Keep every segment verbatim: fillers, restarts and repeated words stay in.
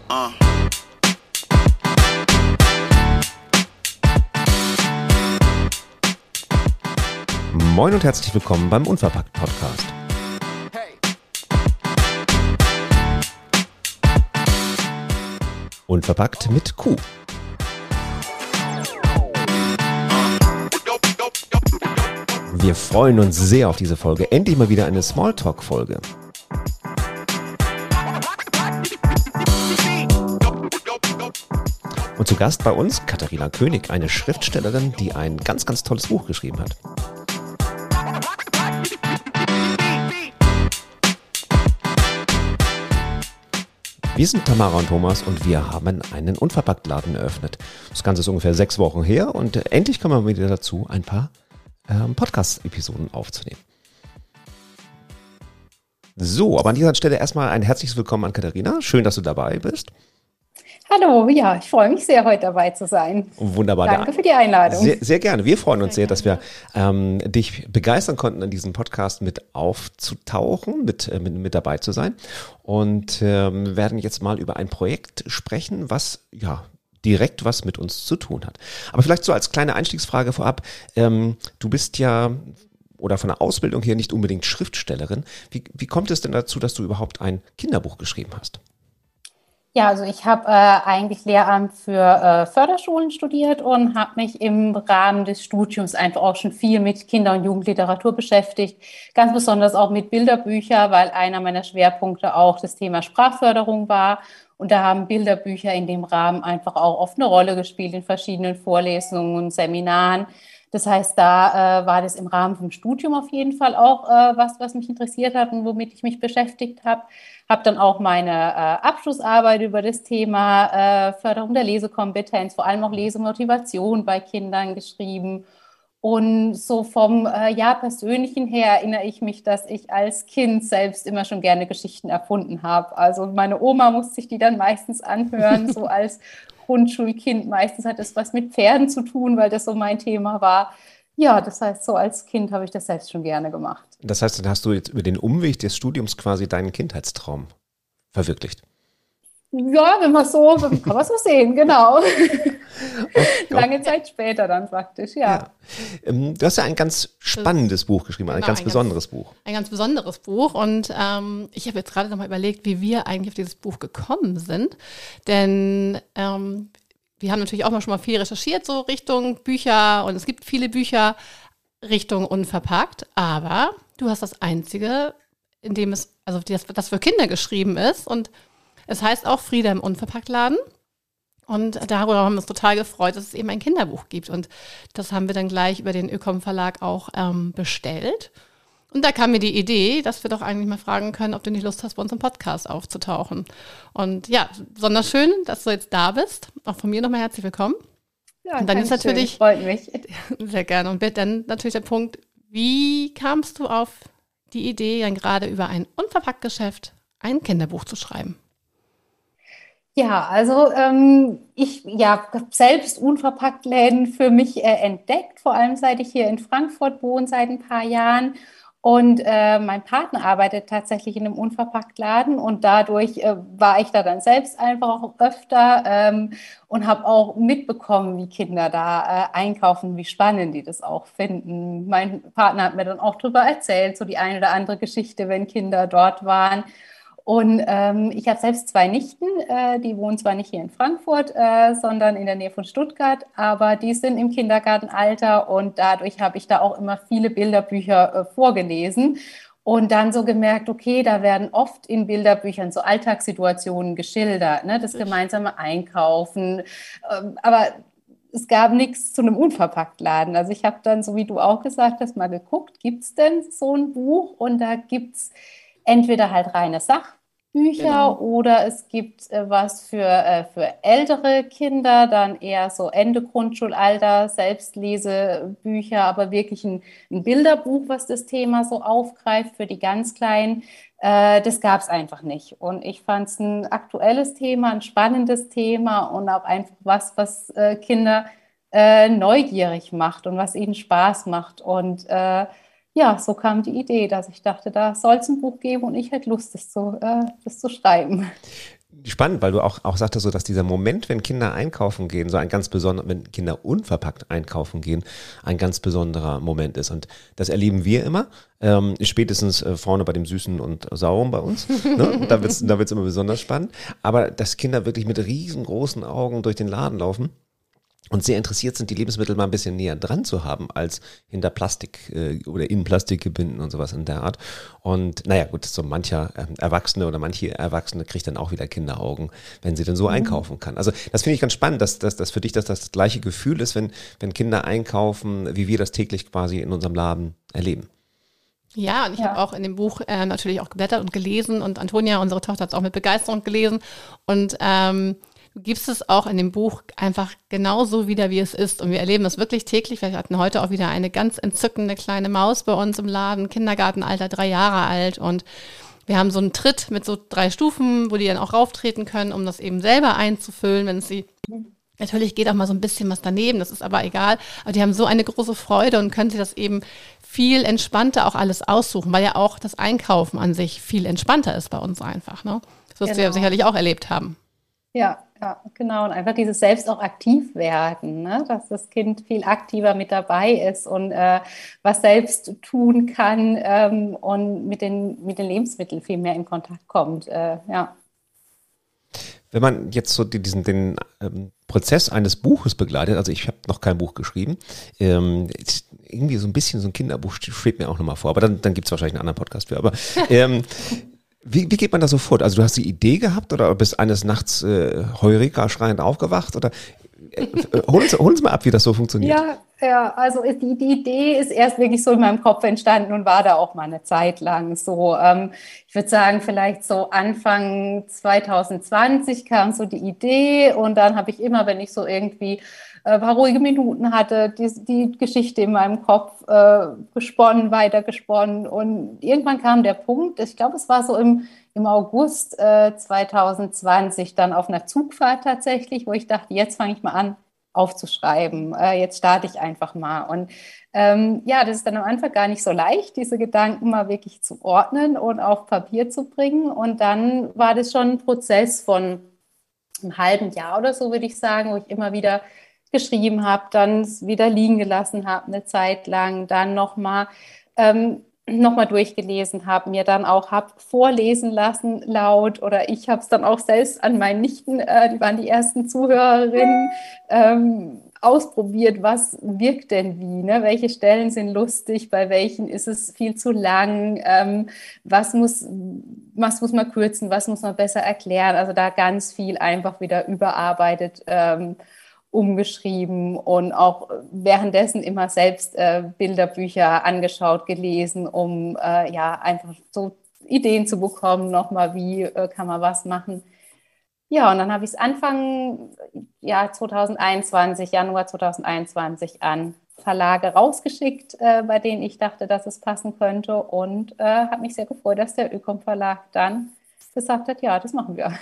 Uh. Moin und herzlich willkommen beim Unverpackt-Podcast. Hey. Unverpackt mit Q. Wir freuen uns sehr auf diese Folge. Endlich mal wieder eine Smalltalk-Folge. Und zu Gast bei uns Katharina König, eine Schriftstellerin, die ein ganz, ganz tolles Buch geschrieben hat. Wir sind Tamara und Thomas und wir haben einen Unverpacktladen eröffnet. Das Ganze ist ungefähr sechs Wochen her und äh, endlich kommen wir wieder dazu, ein paar ähm, Podcast-Episoden aufzunehmen. So, aber an dieser Stelle erstmal ein herzliches Willkommen an Katharina. Schön, dass du dabei bist. Hallo, ja, ich freue mich sehr, heute dabei zu sein. Wunderbar. Danke für die Einladung. Sehr, sehr gerne. Wir freuen uns sehr, dass wir ähm, dich begeistern konnten, in diesem Podcast mit aufzutauchen, mit, äh, mit, mit dabei zu sein. Und ähm, werden jetzt mal über ein Projekt sprechen, was ja direkt was mit uns zu tun hat. Aber vielleicht so als kleine Einstiegsfrage vorab. Ähm, du bist ja oder von der Ausbildung her nicht unbedingt Schriftstellerin. Wie, wie kommt es denn dazu, dass du überhaupt ein Kinderbuch geschrieben hast? Ja, also ich habe äh, eigentlich Lehramt für äh, Förderschulen studiert und habe mich im Rahmen des Studiums einfach auch schon viel mit Kinder- und Jugendliteratur beschäftigt. Ganz besonders auch mit Bilderbüchern, weil einer meiner Schwerpunkte auch das Thema Sprachförderung war. Und da haben Bilderbücher in dem Rahmen einfach auch oft eine Rolle gespielt in verschiedenen Vorlesungen und Seminaren. Das heißt, da äh, war das im Rahmen vom Studium auf jeden Fall auch äh, was, was mich interessiert hat und womit ich mich beschäftigt habe. Habe dann auch meine äh, Abschlussarbeit über das Thema äh, Förderung der Lesekompetenz, vor allem auch Lesemotivation bei Kindern geschrieben. Und so vom äh, ja, Persönlichen her erinnere ich mich, dass ich als Kind selbst immer schon gerne Geschichten erfunden habe. Also meine Oma musste sich die dann meistens anhören, so als Grundschulkind. Meistens hat es was mit Pferden zu tun, weil das so mein Thema war. Ja, das heißt, so als Kind habe ich das selbst schon gerne gemacht. Das heißt, dann hast du jetzt über den Umweg des Studiums quasi deinen Kindheitstraum verwirklicht. Ja, wenn man so, kann man so sehen, genau. Lange Zeit später dann praktisch, ja. ja. Ähm, du hast ja ein ganz spannendes Buch geschrieben, ein Genau, ganz ein besonderes ganz, Buch. Ein ganz besonderes Buch und ähm, ich habe jetzt gerade nochmal überlegt, wie wir eigentlich auf dieses Buch gekommen sind, denn ähm, wir haben natürlich auch mal schon mal viel recherchiert, so Richtung Bücher und es gibt viele Bücher Richtung unverpackt, aber du hast das einzige, in dem es, also das, das für Kinder geschrieben ist und es heißt auch Frieda im Unverpacktladen. Und darüber haben wir uns total gefreut, dass es eben ein Kinderbuch gibt. Und das haben wir dann gleich über den Ökom Verlag auch ähm, bestellt. Und da kam mir die Idee, dass wir doch eigentlich mal fragen können, ob du nicht Lust hast, bei uns im Podcast aufzutauchen. Und ja, besonders schön, dass du jetzt da bist. Auch von mir nochmal herzlich willkommen. Ja, und dann ist natürlich, schön, freut mich. Sehr gerne. Und dann natürlich der Punkt, wie kamst du auf die Idee, dann gerade über ein Unverpacktgeschäft ein Kinderbuch zu schreiben? Ja, also ähm, ich ja, habe selbst Unverpacktläden für mich äh, entdeckt, vor allem seit ich hier in Frankfurt wohne, seit ein paar Jahren. Und äh, mein Partner arbeitet tatsächlich in einem Unverpacktladen und dadurch äh, war ich da dann selbst einfach auch öfter ähm, und habe auch mitbekommen, wie Kinder da äh, einkaufen, wie spannend die das auch finden. Mein Partner hat mir dann auch darüber erzählt, so die eine oder andere Geschichte, wenn Kinder dort waren. Und ähm, ich habe selbst zwei Nichten, äh, die wohnen zwar nicht hier in Frankfurt, äh, sondern in der Nähe von Stuttgart, aber die sind im Kindergartenalter und dadurch habe ich da auch immer viele Bilderbücher äh, vorgelesen und dann so gemerkt, okay, da werden oft in Bilderbüchern so Alltagssituationen geschildert, ne, das gemeinsame Einkaufen, ähm, aber es gab nichts zu einem Unverpacktladen. Also ich habe dann, so wie du auch gesagt hast, mal geguckt, gibt es denn so ein Buch? Und da gibt es entweder halt reine Sachbücher Genau. oder es gibt äh, was für, äh, für ältere Kinder, dann eher so Ende Grundschulalter, Selbstlesebücher, aber wirklich ein, ein Bilderbuch, was das Thema so aufgreift für die ganz Kleinen. Äh, das gab es einfach nicht. Und ich fand es ein aktuelles Thema, ein spannendes Thema und auch einfach was, was äh, Kinder äh, neugierig macht und was ihnen Spaß macht. Und äh, ja, so kam die Idee, dass ich dachte, da soll es ein Buch geben und ich hätte Lust, das zu, äh, das zu schreiben. Spannend, weil du auch, auch sagtest, so, dass dieser Moment, wenn Kinder einkaufen gehen, so ein ganz besonderer, wenn Kinder unverpackt einkaufen gehen, ein ganz besonderer Moment ist. Und das erleben wir immer, ähm, spätestens äh, vorne bei dem Süßen und Sauren bei uns. Ne? Da wird's, da wird's immer besonders spannend. Aber dass Kinder wirklich mit riesengroßen Augen durch den Laden laufen und sehr interessiert sind, die Lebensmittel mal ein bisschen näher dran zu haben, als hinter Plastik äh, oder in Plastikgebinden und sowas in der Art. Und naja, gut, so mancher ähm, Erwachsene oder manche Erwachsene kriegt dann auch wieder Kinderaugen, wenn sie dann so mhm. einkaufen kann. Also das finde ich ganz spannend, dass, dass, dass für dich das das gleiche Gefühl ist, wenn, wenn Kinder einkaufen, wie wir das täglich quasi in unserem Laden erleben. Ja, und ich ja. habe auch in dem Buch äh, natürlich auch geblättert und gelesen und Antonia, unsere Tochter, hat es auch mit Begeisterung gelesen und ähm, du gibst es auch in dem Buch einfach genauso wieder, wie es ist. Und wir erleben das wirklich täglich. Wir hatten heute auch wieder eine ganz entzückende kleine Maus bei uns im Laden, Kindergartenalter, drei Jahre alt. Und wir haben so einen Tritt mit so drei Stufen, wo die dann auch rauftreten können, um das eben selber einzufüllen, wenn es sie... Natürlich geht auch mal so ein bisschen was daneben, das ist aber egal. Aber die haben so eine große Freude und können sich das eben viel entspannter auch alles aussuchen, weil ja auch das Einkaufen an sich viel entspannter ist bei uns einfach. Ne? Das wirst genau. du ja sicherlich auch erlebt haben. Ja, ja, genau. Und einfach dieses selbst auch aktiv werden, ne? Dass das Kind viel aktiver mit dabei ist und äh, was selbst tun kann ähm, und mit den, mit den Lebensmitteln viel mehr in Kontakt kommt. Äh, ja. Wenn man jetzt so diesen den ähm, Prozess eines Buches begleitet, also ich habe noch kein Buch geschrieben, ähm, irgendwie so ein bisschen so ein Kinderbuch schwebt mir auch nochmal vor, aber dann, dann gibt es wahrscheinlich einen anderen Podcast für, aber ähm, Wie, wie geht man da so vor? Also du hast die Idee gehabt oder bist eines Nachts äh, Heureka schreiend aufgewacht? Oder äh, hol, uns, hol uns mal ab, wie das so funktioniert. Ja, ja, also die, die Idee ist erst wirklich so in meinem Kopf entstanden und war da auch mal eine Zeit lang so. Ähm, ich würde sagen, vielleicht so Anfang zwanzig zwanzig kam so die Idee und dann habe ich immer, wenn ich so irgendwie ein paar ruhige Minuten hatte, die, die Geschichte in meinem Kopf äh, gesponnen, weitergesponnen und irgendwann kam der Punkt, ich glaube, es war so im, im August äh, zwanzig zwanzig dann auf einer Zugfahrt tatsächlich, wo ich dachte, jetzt fange ich mal an aufzuschreiben, äh, jetzt starte ich einfach mal und ähm, ja, das ist dann am Anfang gar nicht so leicht, diese Gedanken mal wirklich zu ordnen und auf Papier zu bringen und dann war das schon ein Prozess von einem halben Jahr oder so, würde ich sagen, wo ich immer wieder geschrieben habe, dann es wieder liegen gelassen habe eine Zeit lang, dann nochmal ähm, noch mal durchgelesen habe, mir dann auch habe vorlesen lassen laut oder ich habe es dann auch selbst an meinen Nichten, äh, die waren die ersten Zuhörerinnen, ähm, ausprobiert, was wirkt denn wie, ne? Welche Stellen sind lustig, bei welchen ist es viel zu lang, ähm, was muss, was muss man kürzen, was muss man besser erklären, also da ganz viel einfach wieder überarbeitet, ähm, umgeschrieben und auch währenddessen immer selbst äh, Bilderbücher angeschaut, gelesen, um äh, ja einfach so Ideen zu bekommen, nochmal, wie äh, kann man was machen. Ja, und dann habe ich es Anfang ja, zwanzig einundzwanzig, Januar zwanzig einundzwanzig an Verlage rausgeschickt, äh, bei denen ich dachte, dass es passen könnte und äh, habe mich sehr gefreut, dass der Ökom Verlag dann gesagt hat, ja, das machen wir.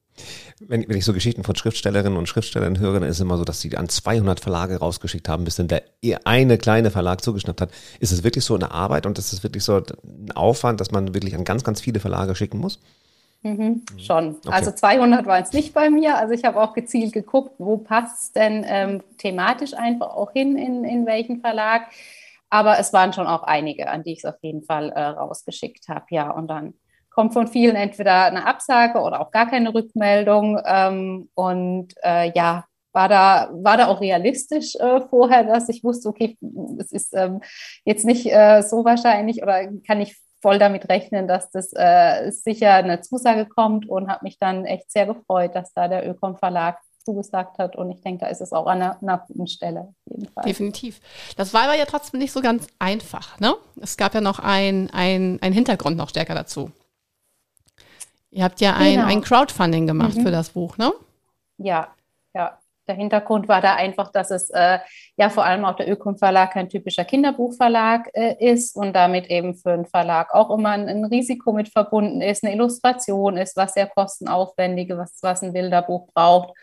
Wenn, wenn ich so Geschichten von Schriftstellerinnen und Schriftstellern höre, dann ist es immer so, dass sie an zweihundert Verlage rausgeschickt haben, bis dann der eine kleine Verlag zugeschnappt hat. Ist es wirklich so eine Arbeit und ist es wirklich so ein Aufwand, dass man wirklich an ganz, ganz viele Verlage schicken muss? Mhm, schon. Okay. Also zweihundert waren es nicht bei mir. Also ich habe auch gezielt geguckt, wo passt es denn ähm, thematisch einfach auch hin, in, in welchen Verlag. Aber es waren schon auch einige, an die ich es auf jeden Fall äh, rausgeschickt habe. Ja, und dann kommt von vielen entweder eine Absage oder auch gar keine Rückmeldung. Ähm, und äh, ja, war da, war da auch realistisch äh, vorher, dass ich wusste, okay, es ist ähm, jetzt nicht äh, so wahrscheinlich oder kann ich voll damit rechnen, dass das äh, sicher eine Zusage kommt und habe mich dann echt sehr gefreut, dass da der Ökom Verlag zugesagt hat und ich denke, da ist es auch an einer, einer guten Stelle. Auf jeden Fall. Definitiv. Das war aber ja trotzdem nicht so ganz einfach, ne? Es gab ja noch ein, ein, ein Hintergrund noch stärker dazu. Ihr habt ja ein, genau. ein Crowdfunding gemacht mhm. für das Buch, ne? Ja, ja. Der Hintergrund war da einfach, dass es äh, ja vor allem auch der Ökom Verlag kein typischer Kinderbuchverlag äh, ist und damit eben für einen Verlag auch immer ein, ein Risiko mit verbunden ist, eine Illustration ist, was sehr kostenaufwendige, was, was ein Bilderbuch braucht.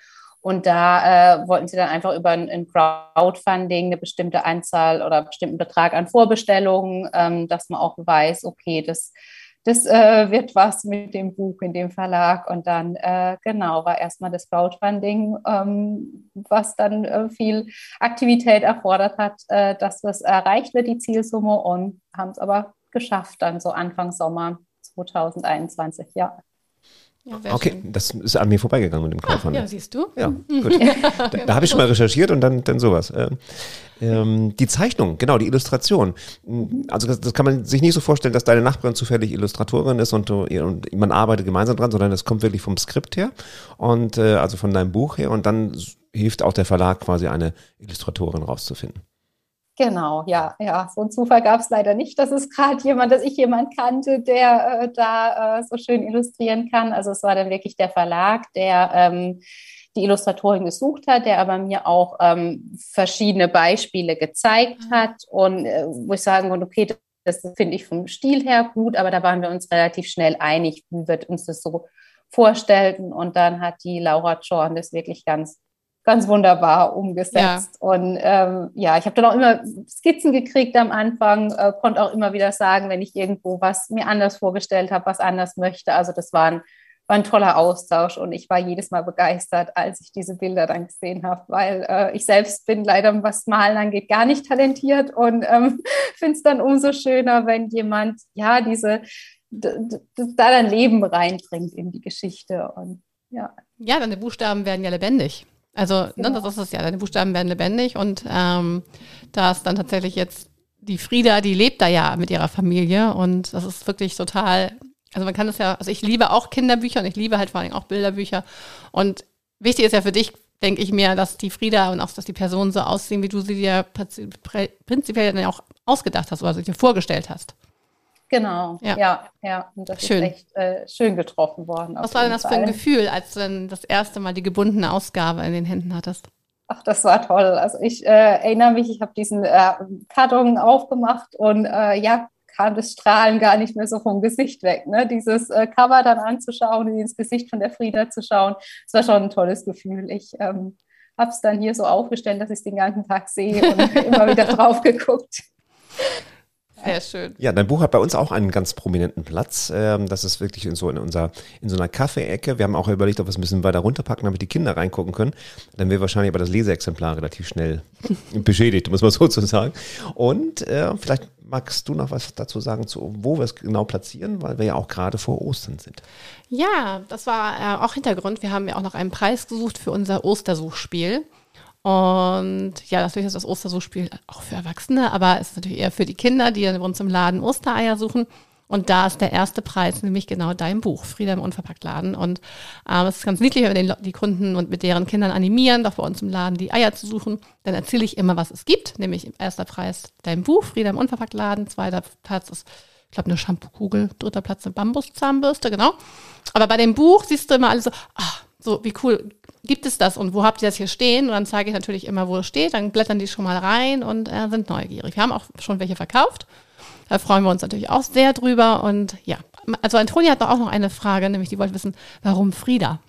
Und da äh, wollten sie dann einfach über ein, ein Crowdfunding eine bestimmte Anzahl oder einen bestimmten Betrag an Vorbestellungen, ähm, dass man auch weiß, okay, das, das äh, wird was mit dem Buch in dem Verlag. Und dann, äh, genau, war erstmal das Crowdfunding, ähm, was dann äh, viel Aktivität erfordert hat, äh, dass das erreicht wird, die Zielsumme, und haben es aber geschafft, dann so Anfang Sommer zwanzig einundzwanzig, ja. Ja, okay, schön. das ist an mir vorbeigegangen mit dem Crowdfunding. Ah, ja, siehst du. Ja, gut. Da, da habe ich schon mal recherchiert und dann, dann sowas. Ähm, ähm, die Zeichnung, genau, die Illustration. Also das, das kann man sich nicht so vorstellen, dass deine Nachbarin zufällig Illustratorin ist und, du, und man arbeitet gemeinsam dran, sondern das kommt wirklich vom Skript her und äh, also von deinem Buch her, und dann hilft auch der Verlag quasi, eine Illustratorin rauszufinden. Genau, ja, ja. So einen Zufall gab es leider nicht, dass es gerade jemand, dass ich jemand kannte, der äh, da äh, so schön illustrieren kann. Also es war dann wirklich der Verlag, der ähm, die Illustratorin gesucht hat, der aber mir auch ähm, verschiedene Beispiele gezeigt hat und äh, wo ich sagen konnte, okay, das, das finde ich vom Stil her gut, aber da waren wir uns relativ schnell einig, wie wir uns das so vorstellten. Und dann hat die Laura Zorn das wirklich ganz ganz wunderbar umgesetzt. Ja. Und ähm, ja, ich habe dann auch immer Skizzen gekriegt am Anfang, äh, konnte auch immer wieder sagen, wenn ich irgendwo was mir anders vorgestellt habe, was anders möchte. Also das war ein, war ein toller Austausch, und ich war jedes Mal begeistert, als ich diese Bilder dann gesehen habe, weil äh, ich selbst bin leider, was Malen angeht, gar nicht talentiert, und ähm, finde es dann umso schöner, wenn jemand ja diese d- d- da dann Leben reinbringt in die Geschichte. Und ja. Ja, deine Buchstaben werden ja lebendig. Also, ne, das ist es ja, deine Buchstaben werden lebendig, und ähm, da ist dann tatsächlich jetzt die Frieda, die lebt da ja mit ihrer Familie, und das ist wirklich total, also man kann das ja, also ich liebe auch Kinderbücher und ich liebe halt vor allem auch Bilderbücher, und wichtig ist ja für dich, denke ich mir, dass die Frieda und auch, dass die Personen so aussehen, wie du sie dir prinzipiell dann auch ausgedacht hast oder sie dir vorgestellt hast. Genau, ja, ja. ja. Und das schön. ist echt äh, schön getroffen worden. Was war denn das Fall. für ein Gefühl, als du dann das erste Mal die gebundene Ausgabe in den Händen hattest? Ach, das war toll. Also ich äh, erinnere mich, ich habe diesen äh, Karton aufgemacht, und äh, ja, kam das Strahlen gar nicht mehr so vom Gesicht weg. Ne? Dieses äh, Cover dann anzuschauen und ins Gesicht von der Frieda zu schauen, das war schon ein tolles Gefühl. Ich ähm, habe es dann hier so aufgestellt, dass ich es den ganzen Tag sehe und immer wieder drauf geguckt. Sehr schön. Ja, dein Buch hat bei uns auch einen ganz prominenten Platz. Das ist wirklich in so, in unser, in so einer Kaffeeecke. Wir haben auch überlegt, ob wir es ein bisschen weiter runterpacken, damit die Kinder reingucken können. Dann wäre wahrscheinlich aber das Leseexemplar relativ schnell beschädigt, muss man sozusagen. Und äh, vielleicht magst du noch was dazu sagen, zu, wo wir es genau platzieren, weil wir ja auch gerade vor Ostern sind. Ja, das war äh, auch Hintergrund. Wir haben ja auch noch einen Preis gesucht für unser Ostersuchspiel. Und ja, natürlich ist das Ostersuchspiel auch für Erwachsene, aber es ist natürlich eher für die Kinder, die dann bei uns im Laden Ostereier suchen. Und da ist der erste Preis nämlich genau dein Buch, Frieda im Unverpacktladen. Und äh, es ist ganz niedlich, wenn wir den, die Kunden und mit deren Kindern animieren, doch bei uns im Laden die Eier zu suchen. Dann erzähle ich immer, was es gibt, nämlich erster Preis dein Buch, Frieda im Unverpacktladen. Zweiter Platz ist, ich glaube, eine Shampoo-Kugel. Dritter Platz eine Bambuszahnbürste, genau. Aber bei dem Buch siehst du immer alle so, ach, so wie cool, gibt es das und wo habt ihr das hier stehen? Und dann zeige ich natürlich immer, wo es steht. Dann blättern die schon mal rein und äh, sind neugierig. Wir haben auch schon welche verkauft. Da freuen wir uns natürlich auch sehr drüber. Und ja, also Antonia hat auch noch eine Frage, nämlich die wollte wissen, warum Frieda?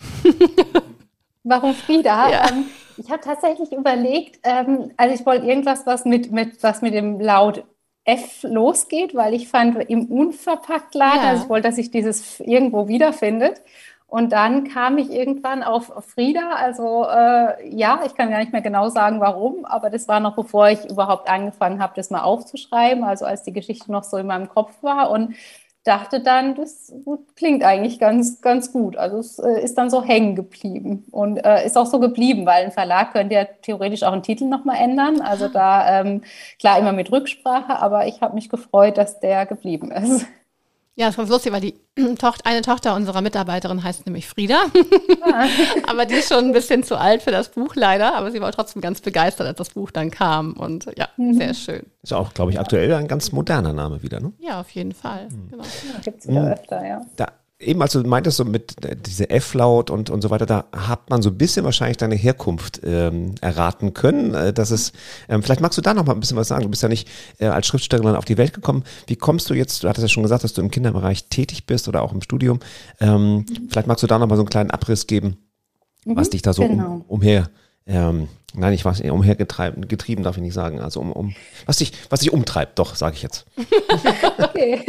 Warum Frieda? Ja. Ähm, ich habe tatsächlich überlegt, ähm, also ich wollte irgendwas, was mit, mit, was mit dem Laut F losgeht, weil ich fand, im Unverpacktladen, Ja. also ich wollte, dass sich dieses irgendwo wiederfindet. Und dann kam ich irgendwann auf Frieda, also äh, ja, ich kann gar nicht mehr genau sagen, warum, aber das war noch, bevor ich überhaupt angefangen habe, das mal aufzuschreiben, also als die Geschichte noch so in meinem Kopf war, und dachte dann, das klingt eigentlich ganz, ganz gut. Also es äh, ist dann so hängen geblieben und äh, ist auch so geblieben, weil ein Verlag könnte ja theoretisch auch einen Titel nochmal ändern, also da, ähm, klar, immer mit Rücksprache, aber ich habe mich gefreut, dass der geblieben ist. Ja, das ist ganz lustig, weil die Tochter, eine Tochter unserer Mitarbeiterin heißt nämlich Frieda. Aber die ist schon ein bisschen zu alt für das Buch leider. Aber sie war trotzdem ganz begeistert, als das Buch dann kam. Und ja, mhm. sehr schön. Ist auch, glaube ich, aktuell ein ganz moderner Name wieder, ne? Ja, auf jeden Fall. Mhm. Genau. Ja, gibt es wieder mhm. öfter, ja. Da, eben, als du meintest, so mit äh, diese F-Laut und, und so weiter, da hat man so ein bisschen wahrscheinlich deine Herkunft ähm, erraten können. Äh, dass es, ähm, vielleicht magst du da noch mal ein bisschen was sagen. Du bist ja nicht äh, als Schriftstellerin auf die Welt gekommen. Wie kommst du jetzt, du hattest ja schon gesagt, dass du im Kinderbereich tätig bist oder auch im Studium. Ähm, vielleicht magst du da noch mal so einen kleinen Abriss geben, was dich da so genau. um, umher, ähm, nein, ich weiß, umhergetrieben, getrieben darf ich nicht sagen, also um, um was dich, was dich umtreibt, doch, sage ich jetzt. Okay.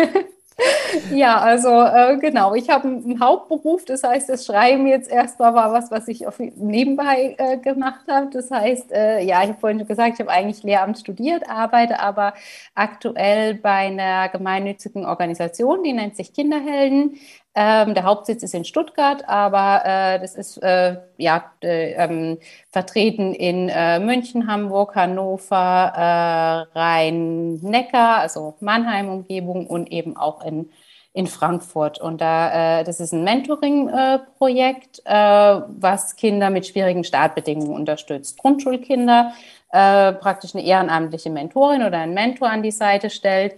Ja, also äh, genau, ich habe einen Hauptberuf, das heißt, das Schreiben jetzt erstmal war was, was ich auf, nebenbei äh, gemacht habe. Das heißt, äh, ja, ich habe vorhin schon gesagt, ich habe eigentlich Lehramt studiert, arbeite aber aktuell bei einer gemeinnützigen Organisation, die nennt sich Kinderhelden. Ähm, der Hauptsitz ist in Stuttgart, aber äh, das ist äh, ja äh, ähm, vertreten in äh, München, Hamburg, Hannover, äh, Rhein-Neckar, also Mannheim-Umgebung und eben auch in, in Frankfurt. Und da, äh, das ist ein Mentoring-Projekt, äh, was Kinder mit schwierigen Startbedingungen unterstützt. Grundschulkinder, äh, praktisch eine ehrenamtliche Mentorin oder ein Mentor an die Seite stellt,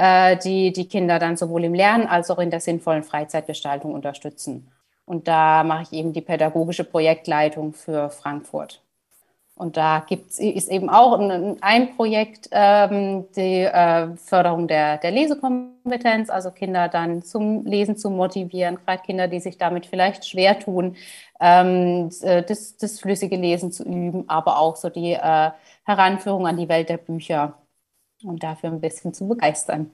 die die Kinder dann sowohl im Lernen als auch in der sinnvollen Freizeitgestaltung unterstützen. Und da mache ich eben die pädagogische Projektleitung für Frankfurt. Und da gibt's, ist eben auch ein, ein Projekt, ähm, die äh, Förderung der, der Lesekompetenz, also Kinder dann zum Lesen zu motivieren, gerade Kinder, die sich damit vielleicht schwer tun, ähm, das, das flüssige Lesen zu üben, aber auch so die äh, Heranführung an die Welt der Bücher. Und dafür ein bisschen zu begeistern.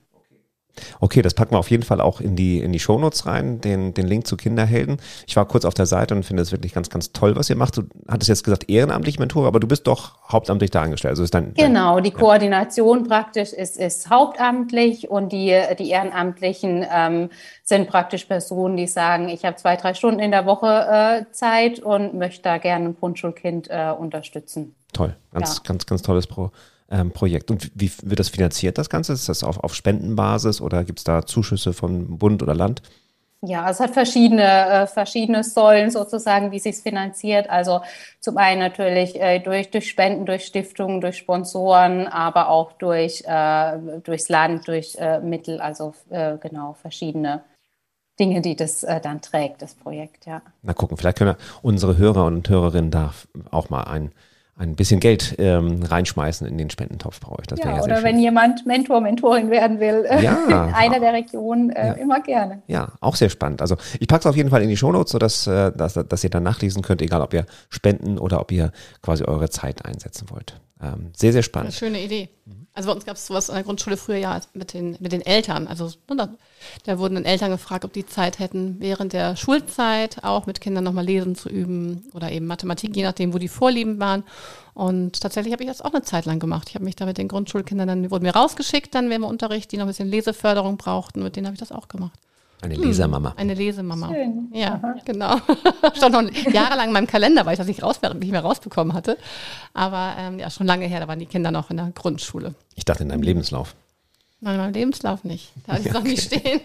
Okay, das packen wir auf jeden Fall auch in die, in die Shownotes rein, den, den Link zu Kinderhelden. Ich war kurz auf der Seite und finde es wirklich ganz, ganz toll, was ihr macht. Du hattest jetzt gesagt ehrenamtlich Mentor, aber du bist doch hauptamtlich da angestellt. Also ist dein, genau, die ja. Koordination praktisch ist, ist hauptamtlich und die, die Ehrenamtlichen ähm, sind praktisch Personen, die sagen, ich habe zwei, drei Stunden in der Woche äh, Zeit und möchte da gerne ein Grundschulkind äh, unterstützen. Toll, ganz, ja. ganz, ganz tolles Pro. Ähm, Projekt. Und wie wird das finanziert, das Ganze? Ist das auf, auf Spendenbasis oder gibt es da Zuschüsse von Bund oder Land? Ja, es hat verschiedene, äh, verschiedene Säulen sozusagen, wie sich es finanziert. Also zum einen natürlich äh, durch, durch Spenden, durch Stiftungen, durch Sponsoren, aber auch durch, äh, durchs Land, durch äh, Mittel, also äh, genau verschiedene Dinge, die das äh, dann trägt, das Projekt, ja. Na gucken, vielleicht können unsere Hörer und Hörerinnen da auch mal ein ein bisschen Geld ähm, reinschmeißen in den Spendentopf bei euch. Das ja, ja oder sehr wenn schön. jemand Mentor, Mentorin werden will, äh, ja, in einer der Regionen, äh, ja. immer gerne. Ja, auch sehr spannend. Also ich packe es auf jeden Fall in die Shownotes, sodass äh, dass, dass ihr dann nachlesen könnt, egal ob ihr spenden oder ob ihr quasi eure Zeit einsetzen wollt. Ähm, sehr, sehr spannend. Eine schöne Idee. Also bei uns gab es sowas in der Grundschule früher ja mit den, mit den Eltern. Also da, da wurden dann Eltern gefragt, ob die Zeit hätten, während der Schulzeit auch mit Kindern nochmal lesen zu üben oder eben Mathematik, je nachdem, wo die Vorlieben waren. Und tatsächlich habe ich das auch eine Zeit lang gemacht. Ich habe mich da mit den Grundschulkindern, dann wurden mir rausgeschickt, dann während wir Unterricht, die noch ein bisschen Leseförderung brauchten. Mit denen habe ich das auch gemacht. Eine Lesermama. Eine Lesemama. Schön. Ja, Aha. genau. Stand noch jahrelang in meinem Kalender, weil ich das nicht, raus, nicht mehr rausbekommen hatte. Aber ähm, ja, schon lange her, da waren die Kinder noch in der Grundschule. Ich dachte in deinem Lebenslauf. Nein, in meinem Lebenslauf nicht. Da hatte ich es noch nicht stehen.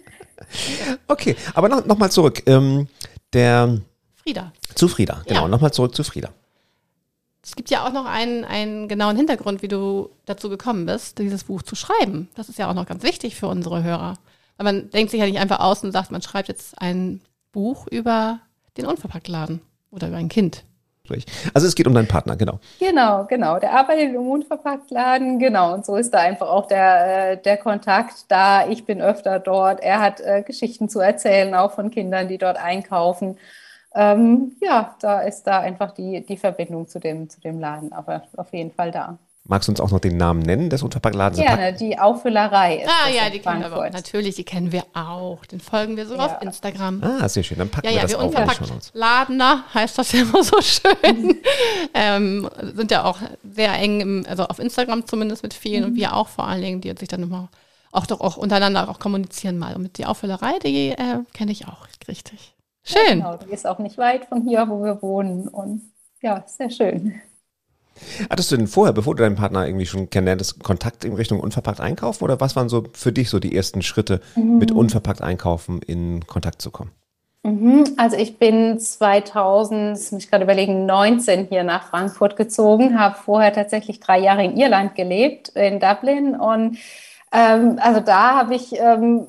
Okay, aber noch, noch mal zurück. Ähm, der Frieda. Zu Frieda, genau. Ja. Nochmal zurück zu Frieda. Es gibt ja auch noch einen, einen genauen Hintergrund, wie du dazu gekommen bist, dieses Buch zu schreiben. Das ist ja auch noch ganz wichtig für unsere Hörer. Weil man denkt sich ja nicht einfach aus und sagt, man schreibt jetzt ein Buch über den Unverpacktladen oder über ein Kind. Also es geht um deinen Partner, genau. Genau, genau. Der arbeitet im Unverpacktladen, genau. Und so ist da einfach auch der, der Kontakt da. Ich bin öfter dort. Er hat äh, Geschichten zu erzählen, auch von Kindern, die dort einkaufen. Ähm, ja, da ist da einfach die, die Verbindung zu dem, zu dem Laden, aber auf jeden Fall da. Magst du uns auch noch den Namen nennen des Unterpackladens? Gerne, die Auffüllerei ist Ah das ja, in die kennen wir Frankfurt. aber natürlich, die kennen wir auch. Den folgen wir sogar Ja. auf Instagram. Ah, sehr schön. Dann packen Ja, wir ja, das wir auch in die Shownotes. Unverpacktladener, heißt das ja immer so schön. ähm, sind ja auch sehr eng, im, also auf Instagram zumindest mit vielen Mhm. und wir auch vor allen Dingen, die sich dann immer auch doch auch untereinander auch kommunizieren mal. Und mit die Auffüllerei, die äh, kenne ich auch richtig. Schön. Ja, genau, die ist auch nicht weit von hier, wo wir wohnen und ja, sehr schön. Hattest du denn vorher, bevor du deinen Partner irgendwie schon kennenlerntest, Kontakt in Richtung unverpackt einkaufen oder was waren so für dich so die ersten Schritte, Mhm. mit unverpackt einkaufen in Kontakt zu kommen? Mhm, also ich bin zweitausend, das muss ich gerade überlegen, neunzehn hier nach Frankfurt gezogen, habe vorher tatsächlich drei Jahre in Irland gelebt, in Dublin und ähm, also da habe ich ähm,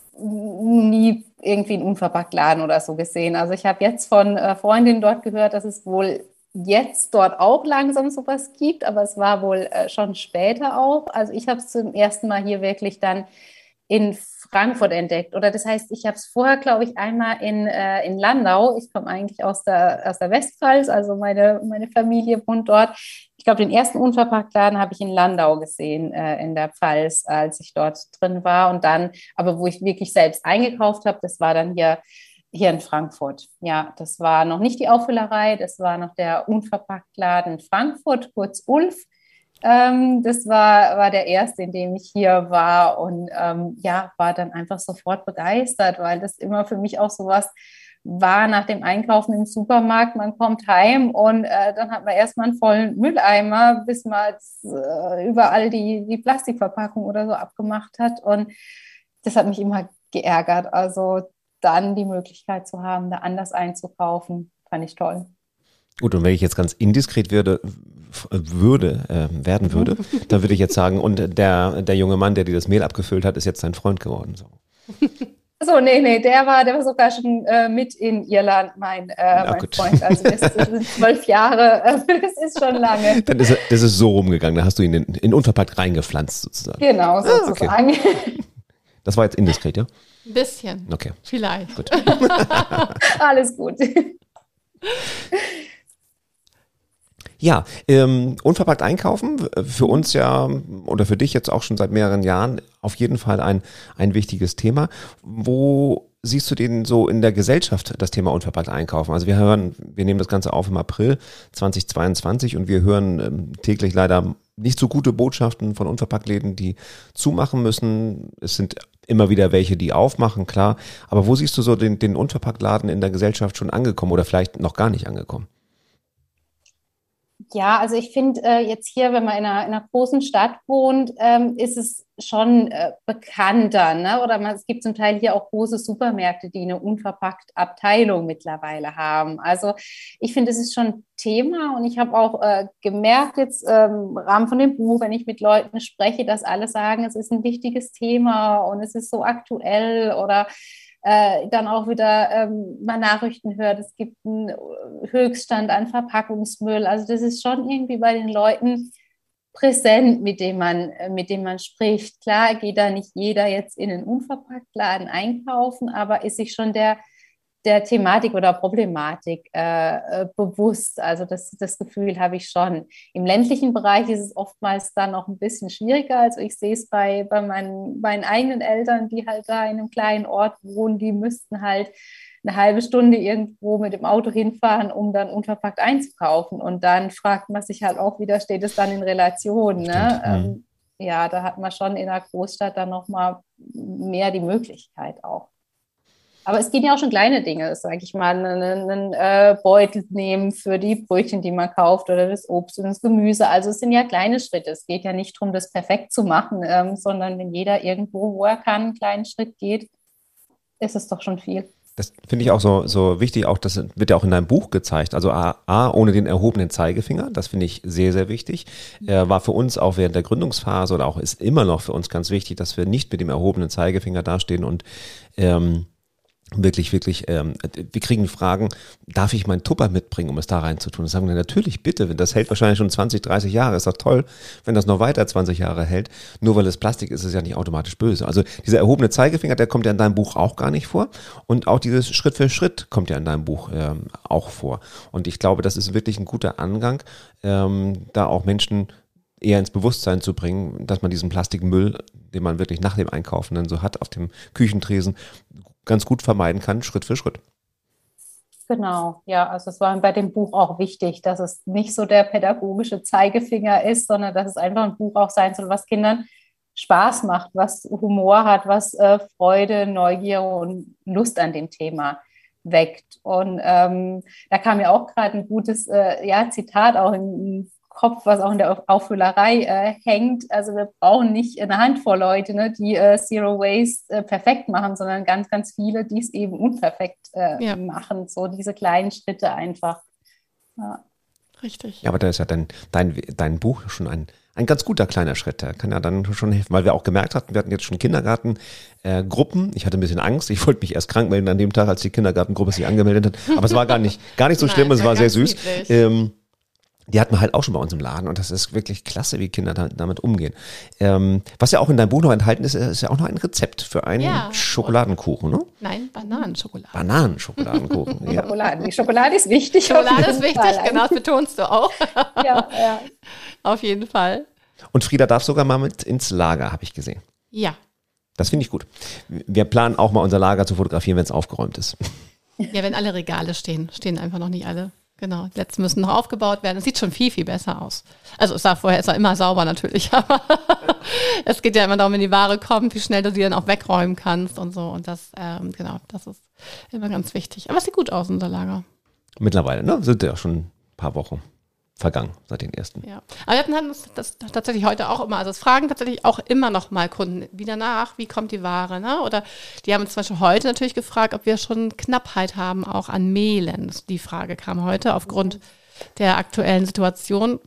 nie irgendwie einen Unverpacktladen oder so gesehen. Also ich habe jetzt von äh, Freundinnen dort gehört, dass es wohl jetzt dort auch langsam sowas gibt, aber es war wohl äh, schon später auch. Also ich habe es zum ersten Mal hier wirklich dann in Frankfurt entdeckt. Oder das heißt, ich habe es vorher, glaube ich, einmal in, äh, in Landau. Ich komme eigentlich aus der, aus der Westpfalz, also meine, meine Familie wohnt dort. Ich glaube, den ersten Unverpacktladen habe ich in Landau gesehen, äh, in der Pfalz, als ich dort drin war. Und dann, aber wo ich wirklich selbst eingekauft habe, das war dann hier, hier in Frankfurt. Ja, das war noch nicht die Auffüllerei, das war noch der Unverpacktladen Frankfurt, kurz Ulf. Ähm, das war, war der erste, in dem ich hier war und ähm, ja, war dann einfach sofort begeistert, weil das immer für mich auch sowas war nach dem Einkaufen im Supermarkt. Man kommt heim und äh, dann hat man erstmal einen vollen Mülleimer, bis man äh, überall die, die Plastikverpackung oder so abgemacht hat. Und das hat mich immer geärgert. Also dann die Möglichkeit zu haben, da anders einzukaufen, fand ich toll. Gut, und wenn ich jetzt ganz indiskret würde, würde äh, werden würde, dann würde ich jetzt sagen, und der, der junge Mann, der dir das Mehl abgefüllt hat, ist jetzt dein Freund geworden. So. So, nee, nee, der war, der war sogar schon äh, mit in Irland, mein, äh, mein Freund. Also das, das sind zwölf Jahre, äh, das ist schon lange. Dann ist er, das ist so rumgegangen, da hast du ihn in, in Unverpackt reingepflanzt sozusagen. Genau, sozusagen. Ah, okay. Das war jetzt indiskret, ja? Ein bisschen. Okay. Vielleicht. Gut. Alles gut. Ja, ähm, unverpackt einkaufen, für uns ja oder für dich jetzt auch schon seit mehreren Jahren auf jeden Fall ein, ein wichtiges Thema. Wo siehst du den so in der Gesellschaft, das Thema unverpackt einkaufen? Also wir hören, wir nehmen das Ganze auf im April zweitausendzweiundzwanzig und wir hören ähm, täglich leider nicht so gute Botschaften von Unverpacktläden, die zumachen müssen. Es sind immer wieder welche, die aufmachen, klar. Aber wo siehst du so den, den Unverpacktladen in der Gesellschaft schon angekommen oder vielleicht noch gar nicht angekommen? Ja, also ich finde äh, jetzt hier, wenn man in einer, in einer großen Stadt wohnt, ähm, ist es schon äh, bekannter, ne? Oder man, es gibt zum Teil hier auch große Supermärkte, die eine unverpackt Abteilung mittlerweile haben. Also ich finde, es ist schon Thema und ich habe auch äh, gemerkt jetzt ähm, im Rahmen von dem Buch, wenn ich mit Leuten spreche, dass alle sagen, es ist ein wichtiges Thema und es ist so aktuell oder Äh, dann auch wieder ähm, mal Nachrichten hört, es gibt einen Höchststand an Verpackungsmüll. Also das ist schon irgendwie bei den Leuten präsent, mit dem man, mit dem man spricht. Klar geht da nicht jeder jetzt in einen Unverpacktladen einkaufen, aber ist sich schon der, der Thematik oder Problematik äh, bewusst. Also das, das Gefühl habe ich schon. Im ländlichen Bereich ist es oftmals dann noch ein bisschen schwieriger. Also ich sehe es bei, bei meinen, meinen eigenen Eltern, die halt da in einem kleinen Ort wohnen, die müssten halt eine halbe Stunde irgendwo mit dem Auto hinfahren, um dann unverpackt einzukaufen. Und dann fragt man sich halt auch wieder, steht es dann in Relation? Ne? Ähm, ja, da hat man schon in der Großstadt dann nochmal mehr die Möglichkeit auch. Aber es gehen ja auch schon kleine Dinge, sage ich mal, einen, einen äh, Beutel nehmen für die Brötchen, die man kauft oder das Obst und das Gemüse. Also es sind ja kleine Schritte. Es geht ja nicht darum, das perfekt zu machen, ähm, sondern wenn jeder irgendwo, wo er kann, einen kleinen Schritt geht, ist es doch schon viel. Das finde ich auch so, so wichtig, auch das wird ja auch in deinem Buch gezeigt, also A, A ohne den erhobenen Zeigefinger, das finde ich sehr, sehr wichtig, äh, war für uns auch während der Gründungsphase oder auch ist immer noch für uns ganz wichtig, dass wir nicht mit dem erhobenen Zeigefinger dastehen und ähm, wirklich, wirklich, ähm, wir kriegen Fragen, darf ich meinen Tupper mitbringen, um es da rein zu tun? Das sagen wir natürlich, bitte, das hält wahrscheinlich schon zwanzig, dreißig Jahre, ist doch toll, wenn das noch weiter zwanzig Jahre hält, nur weil es Plastik ist, ist es ja nicht automatisch böse. Also dieser erhobene Zeigefinger, der kommt ja in deinem Buch auch gar nicht vor und auch dieses Schritt für Schritt kommt ja in deinem Buch ähm, auch vor und ich glaube, das ist wirklich ein guter Angang, ähm, da auch Menschen eher ins Bewusstsein zu bringen, dass man diesen Plastikmüll, den man wirklich nach dem Einkaufen dann so hat auf dem Küchentresen, ganz gut vermeiden kann, Schritt für Schritt. Genau, ja, also es war bei dem Buch auch wichtig, dass es nicht so der pädagogische Zeigefinger ist, sondern dass es einfach ein Buch auch sein soll, was Kindern Spaß macht, was Humor hat, was äh, Freude, Neugier und Lust an dem Thema weckt. Und ähm, da kam ja auch gerade ein gutes äh, ja, Zitat auch in Kopf, was auch in der Auffüllerei äh, hängt. Also wir brauchen nicht eine Handvoll Leute, ne, die äh, Zero Waste äh, perfekt machen, sondern ganz, ganz viele, die es eben unperfekt äh, ja. machen. So diese kleinen Schritte einfach. Ja. Richtig. Ja, aber da ist ja dein, dein, dein Buch schon ein, ein ganz guter kleiner Schritt. Der kann ja dann schon helfen, weil wir auch gemerkt hatten, wir hatten jetzt schon Kindergartengruppen. Äh, ich hatte ein bisschen Angst. Ich wollte mich erst krank melden an dem Tag, als die Kindergartengruppe sich angemeldet hat. Aber es war gar nicht, gar nicht so schlimm. Nein, es war sehr süß. Ähm, Die hatten wir halt auch schon bei uns im Laden und das ist wirklich klasse, wie Kinder da, damit umgehen. Ähm, was ja auch in deinem Buch noch enthalten ist, ist ja auch noch ein Rezept für einen Ja. Schokoladenkuchen, ne? Nein, Bananenschokolade. Bananenschokoladenkuchen, ja. Schokolade. Die Schokolade ist wichtig. Schokolade auf ist jeden wichtig, Fall. genau, das betonst du auch. Ja, ja. Auf jeden Fall. Und Frieda darf sogar mal mit ins Lager, habe ich gesehen. Ja. Das finde ich gut. Wir planen auch mal unser Lager zu fotografieren, wenn es aufgeräumt ist. Ja, wenn alle Regale stehen, stehen einfach noch nicht alle. Genau, die letzten müssen noch aufgebaut werden. Es sieht schon viel, viel besser aus. Also es sah vorher, es war immer sauber natürlich, aber es geht ja immer darum, wenn die Ware kommt, wie schnell du sie dann auch wegräumen kannst und so. Und das, ähm, genau, das ist immer ganz wichtig. Aber es sieht gut aus, unser Lager. Mittlerweile, ne? Sind ja schon ein paar Wochen vergangen seit den ersten. Ja, aber wir hatten das, das tatsächlich heute auch immer, also es fragen tatsächlich auch immer noch mal Kunden wieder nach, wie kommt die Ware, ne? Oder die haben uns zum Beispiel heute natürlich gefragt, ob wir schon Knappheit haben, auch an Mehlen. Die Frage kam heute aufgrund der aktuellen Situation.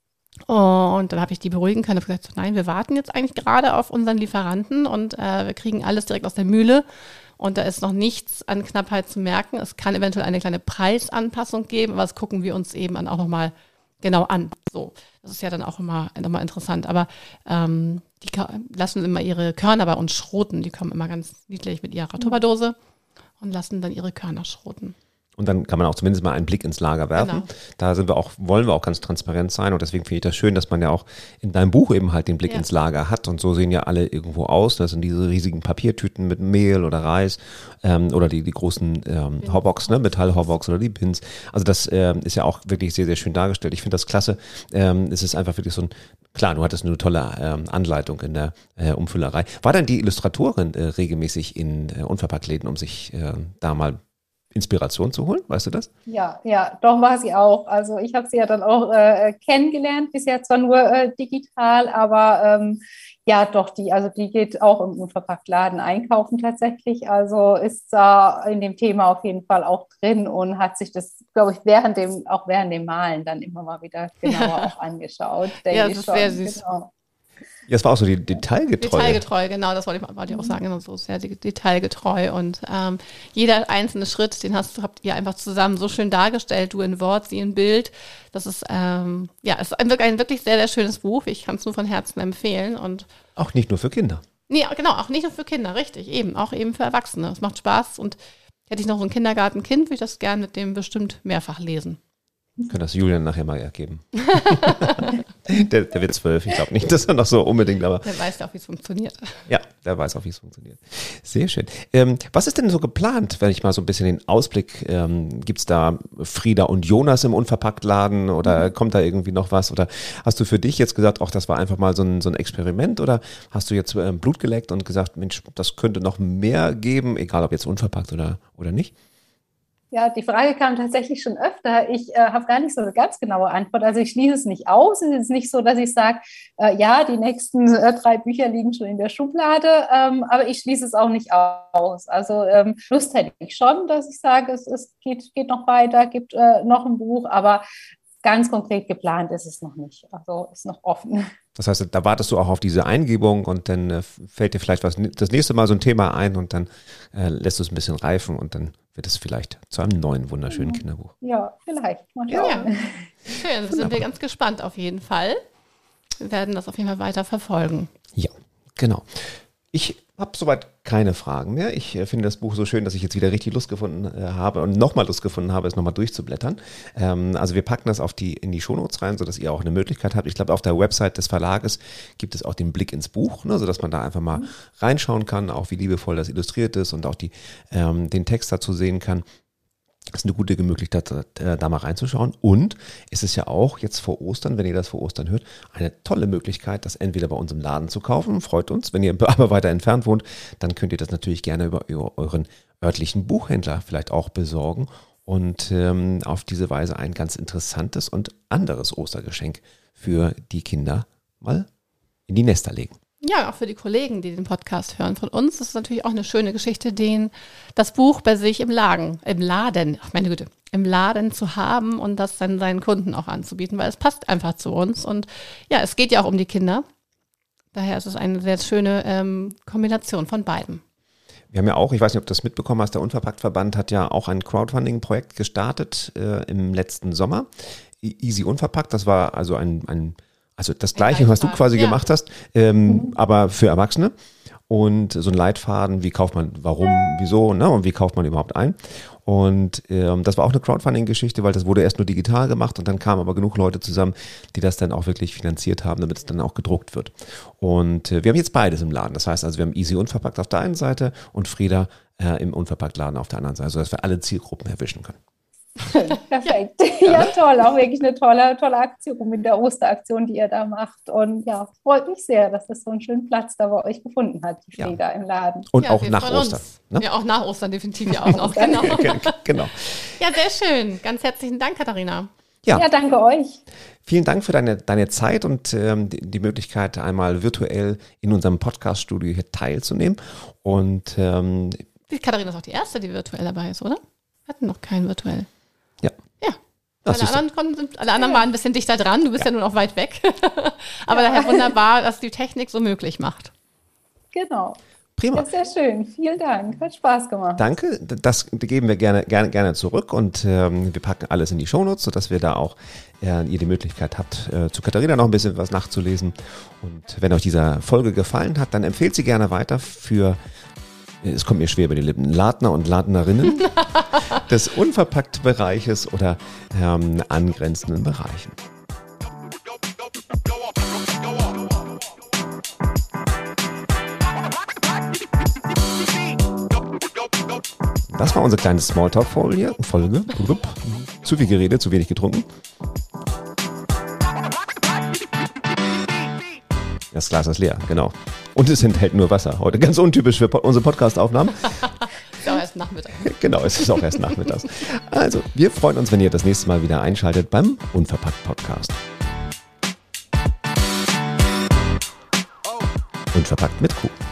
Und dann habe ich die beruhigen können und gesagt, so, nein, wir warten jetzt eigentlich gerade auf unseren Lieferanten und äh, wir kriegen alles direkt aus der Mühle. Und da ist noch nichts an Knappheit zu merken. Es kann eventuell eine kleine Preisanpassung geben, aber das gucken wir uns eben dann auch nochmal genau an. So, das ist ja dann auch immer nochmal interessant. Aber ähm, die ka- lassen immer ihre Körner bei uns schroten. Die kommen immer ganz niedlich mit ihrer Tupperdose und lassen dann ihre Körner schroten. Und dann kann man auch zumindest mal einen Blick ins Lager werfen. Genau. Da sind wir auch, wollen wir auch ganz transparent sein und deswegen finde ich das schön, dass man ja auch in deinem Buch eben halt den Blick Ja. ins Lager hat und so sehen ja alle irgendwo aus. Das sind diese riesigen Papiertüten mit Mehl oder Reis ähm, oder die, die großen ähm, Hotbox, ne, Metall-Hotbox oder die Bins. Also das ähm, ist ja auch wirklich sehr, sehr schön dargestellt. Ich finde das klasse. Ähm, es ist einfach wirklich so ein, klar, du hattest eine tolle ähm, Anleitung in der äh, Umfüllerei. War dann die Illustratorin äh, regelmäßig in äh, Unverpacktläden, um sich äh, da mal Inspiration zu holen, weißt du das? Ja, ja, doch war sie auch. Also ich habe sie ja dann auch äh, kennengelernt, bisher zwar nur äh, digital, aber ähm, ja, doch, die, also die geht auch im Unverpacktladen einkaufen tatsächlich. Also ist da in dem Thema auf jeden Fall auch drin und hat sich das, glaube ich, während dem, auch während dem Malen dann immer mal wieder genauer auch angeschaut. denke Ja, ich das ist schon. sehr süß. Genau. Ja, es war auch so die detailgetreue. Detailgetreu, genau, das wollte ich, wollte ich auch sagen, genau, so sehr detailgetreu und ähm, jeder einzelne Schritt, den hast du, habt ihr einfach zusammen so schön dargestellt, du in Wort, sie in Bild. Das ist, ähm, ja, es ist ein, ein wirklich sehr, sehr schönes Buch. Ich kann es nur von Herzen empfehlen und Auch nicht nur für Kinder. nee, genau, auch nicht nur für Kinder, richtig, eben, auch eben für Erwachsene. Es macht Spaß und hätte ich noch so ein Kindergartenkind, würde ich das gern mit dem bestimmt mehrfach lesen. Können das Julian nachher mal ergeben. der, der wird zwölf, ich glaube nicht, dass er noch so unbedingt, aber Der weiß ja auch, wie es funktioniert. ja, der weiß auch, wie es funktioniert. Sehr schön. Ähm, was ist denn so geplant, wenn ich mal so ein bisschen den Ausblick, ähm, gibt's da Frieda und Jonas im Unverpacktladen oder kommt da irgendwie noch was? Oder hast du für dich jetzt gesagt, ach, das war einfach mal so ein, so ein Experiment oder hast du jetzt ähm, Blut geleckt und gesagt, Mensch, das könnte noch mehr geben, egal ob jetzt unverpackt oder, oder nicht? Ja, die Frage kam tatsächlich schon öfter. Ich äh, habe gar nicht so eine ganz genaue Antwort. Also ich schließe es nicht aus. Es ist nicht so, dass ich sage, äh, ja, die nächsten äh, drei Bücher liegen schon in der Schublade, ähm, aber ich schließe es auch nicht aus. Also ähm, Lust hätte ich schon, dass ich sage, es, es geht, geht noch weiter, gibt äh, noch ein Buch, aber ganz konkret geplant ist es noch nicht. Also ist noch offen. Das heißt, da wartest du auch auf diese Eingebung und dann äh, fällt dir vielleicht was das nächste Mal so ein Thema ein und dann äh, lässt du es ein bisschen reifen und dann wird es vielleicht zu einem neuen, wunderschönen Mhm. Kinderbuch. Ja, vielleicht. Mal Ja. schauen. Schön, sind wir ganz gespannt auf jeden Fall. Wir werden das auf jeden Fall weiter verfolgen. Ja, genau. Ich habe soweit keine Fragen mehr. Ich äh, finde das Buch so schön, dass ich jetzt wieder richtig Lust gefunden äh, habe und nochmal Lust gefunden habe, es nochmal durchzublättern. Ähm, also wir packen das auf die, in die Shownotes rein, sodass ihr auch eine Möglichkeit habt. Ich glaube, auf der Website des Verlages gibt es auch den Blick ins Buch, ne, sodass man da einfach mal reinschauen kann, auch wie liebevoll das illustriert ist und auch die, ähm, den Text dazu sehen kann. Das ist eine gute Möglichkeit, da, da mal reinzuschauen. Und es ist ja auch jetzt vor Ostern, wenn ihr das vor Ostern hört, eine tolle Möglichkeit, das entweder bei uns im Laden zu kaufen. Freut uns. Wenn ihr aber weiter entfernt wohnt, dann könnt ihr das natürlich gerne über, über euren örtlichen Buchhändler vielleicht auch besorgen und ähm, auf diese Weise ein ganz interessantes und anderes Ostergeschenk für die Kinder mal in die Nester legen. Ja, auch für die Kollegen, die den Podcast hören. Von uns ist es natürlich auch eine schöne Geschichte, den das Buch bei sich im Laden, im Laden, ach meine Güte, im Laden zu haben und das dann seinen Kunden auch anzubieten, weil es passt einfach zu uns. Und ja, es geht ja auch um die Kinder. Daher ist es eine sehr schöne ähm, Kombination von beiden. Wir haben ja auch, ich weiß nicht, ob du das mitbekommen hast, der Unverpacktverband hat ja auch ein Crowdfunding-Projekt gestartet äh, im letzten Sommer. Easy Unverpackt, das war also ein, ein also das Gleiche, was du quasi ja. gemacht hast, ähm, mhm. aber für Erwachsene. Und so ein Leitfaden, wie kauft man, warum, wieso, ne, und wie kauft man überhaupt ein. Und ähm, das war auch eine Crowdfunding-Geschichte, weil das wurde erst nur digital gemacht und dann kamen aber genug Leute zusammen, die das dann auch wirklich finanziert haben, damit es dann auch gedruckt wird. Und äh, wir haben jetzt beides im Laden. Das heißt also, wir haben Easy Unverpackt auf der einen Seite und Frieda äh, im Unverpackt-Laden auf der anderen Seite, sodass wir alle Zielgruppen erwischen können. Perfekt. Ja. ja, toll. Auch wirklich eine tolle, tolle Aktion mit der Osteraktion, die ihr da macht. Und ja, freut mich sehr, dass das so einen schönen Platz da bei euch gefunden hat, die Frieda ja. im Laden. Und ja, auch nach Ostern. Ne? Ja, auch nach Ostern definitiv ja auch noch. Genau. genau. Ja, sehr schön. Ganz herzlichen Dank, Katharina. Ja, ja danke euch. Vielen Dank für deine, deine Zeit und ähm, die, die Möglichkeit, einmal virtuell in unserem Podcast-Studio hier teilzunehmen. Und ähm, die Katharina ist auch die Erste, die virtuell dabei ist, oder? Wir hatten noch keinen virtuell. Ja. Ja. Alle anderen, konnten, alle anderen waren ein bisschen dichter dran. Du bist ja, ja nun auch weit weg. Aber ja. daher wunderbar, dass die Technik so möglich macht. Genau. Prima. Das ist sehr schön. Vielen Dank. Hat Spaß gemacht. Danke. Das geben wir gerne, gerne, gerne zurück und ähm, wir packen alles in die Shownotes, sodass wir da auch äh, ihr die Möglichkeit habt, äh, zu Katharina noch ein bisschen was nachzulesen. Und wenn euch diese Folge gefallen hat, dann empfehlt sie gerne weiter für, es kommt mir schwer über die Lippen, Ladner und Ladnerinnen des Unverpackt-Bereiches oder ähm, angrenzenden Bereichen. Das war unsere kleine Smalltalk-Folge. Folge. Zu viel geredet, zu wenig getrunken. Das Glas ist leer, genau. Und es enthält nur Wasser. Heute ganz untypisch für unsere Podcast-Aufnahmen. Ist auch erst Nachmittag. Genau, es ist auch erst nachmittags. Also, wir freuen uns, wenn ihr das nächste Mal wieder einschaltet beim Unverpackt-Podcast. Unverpackt mit Kuh.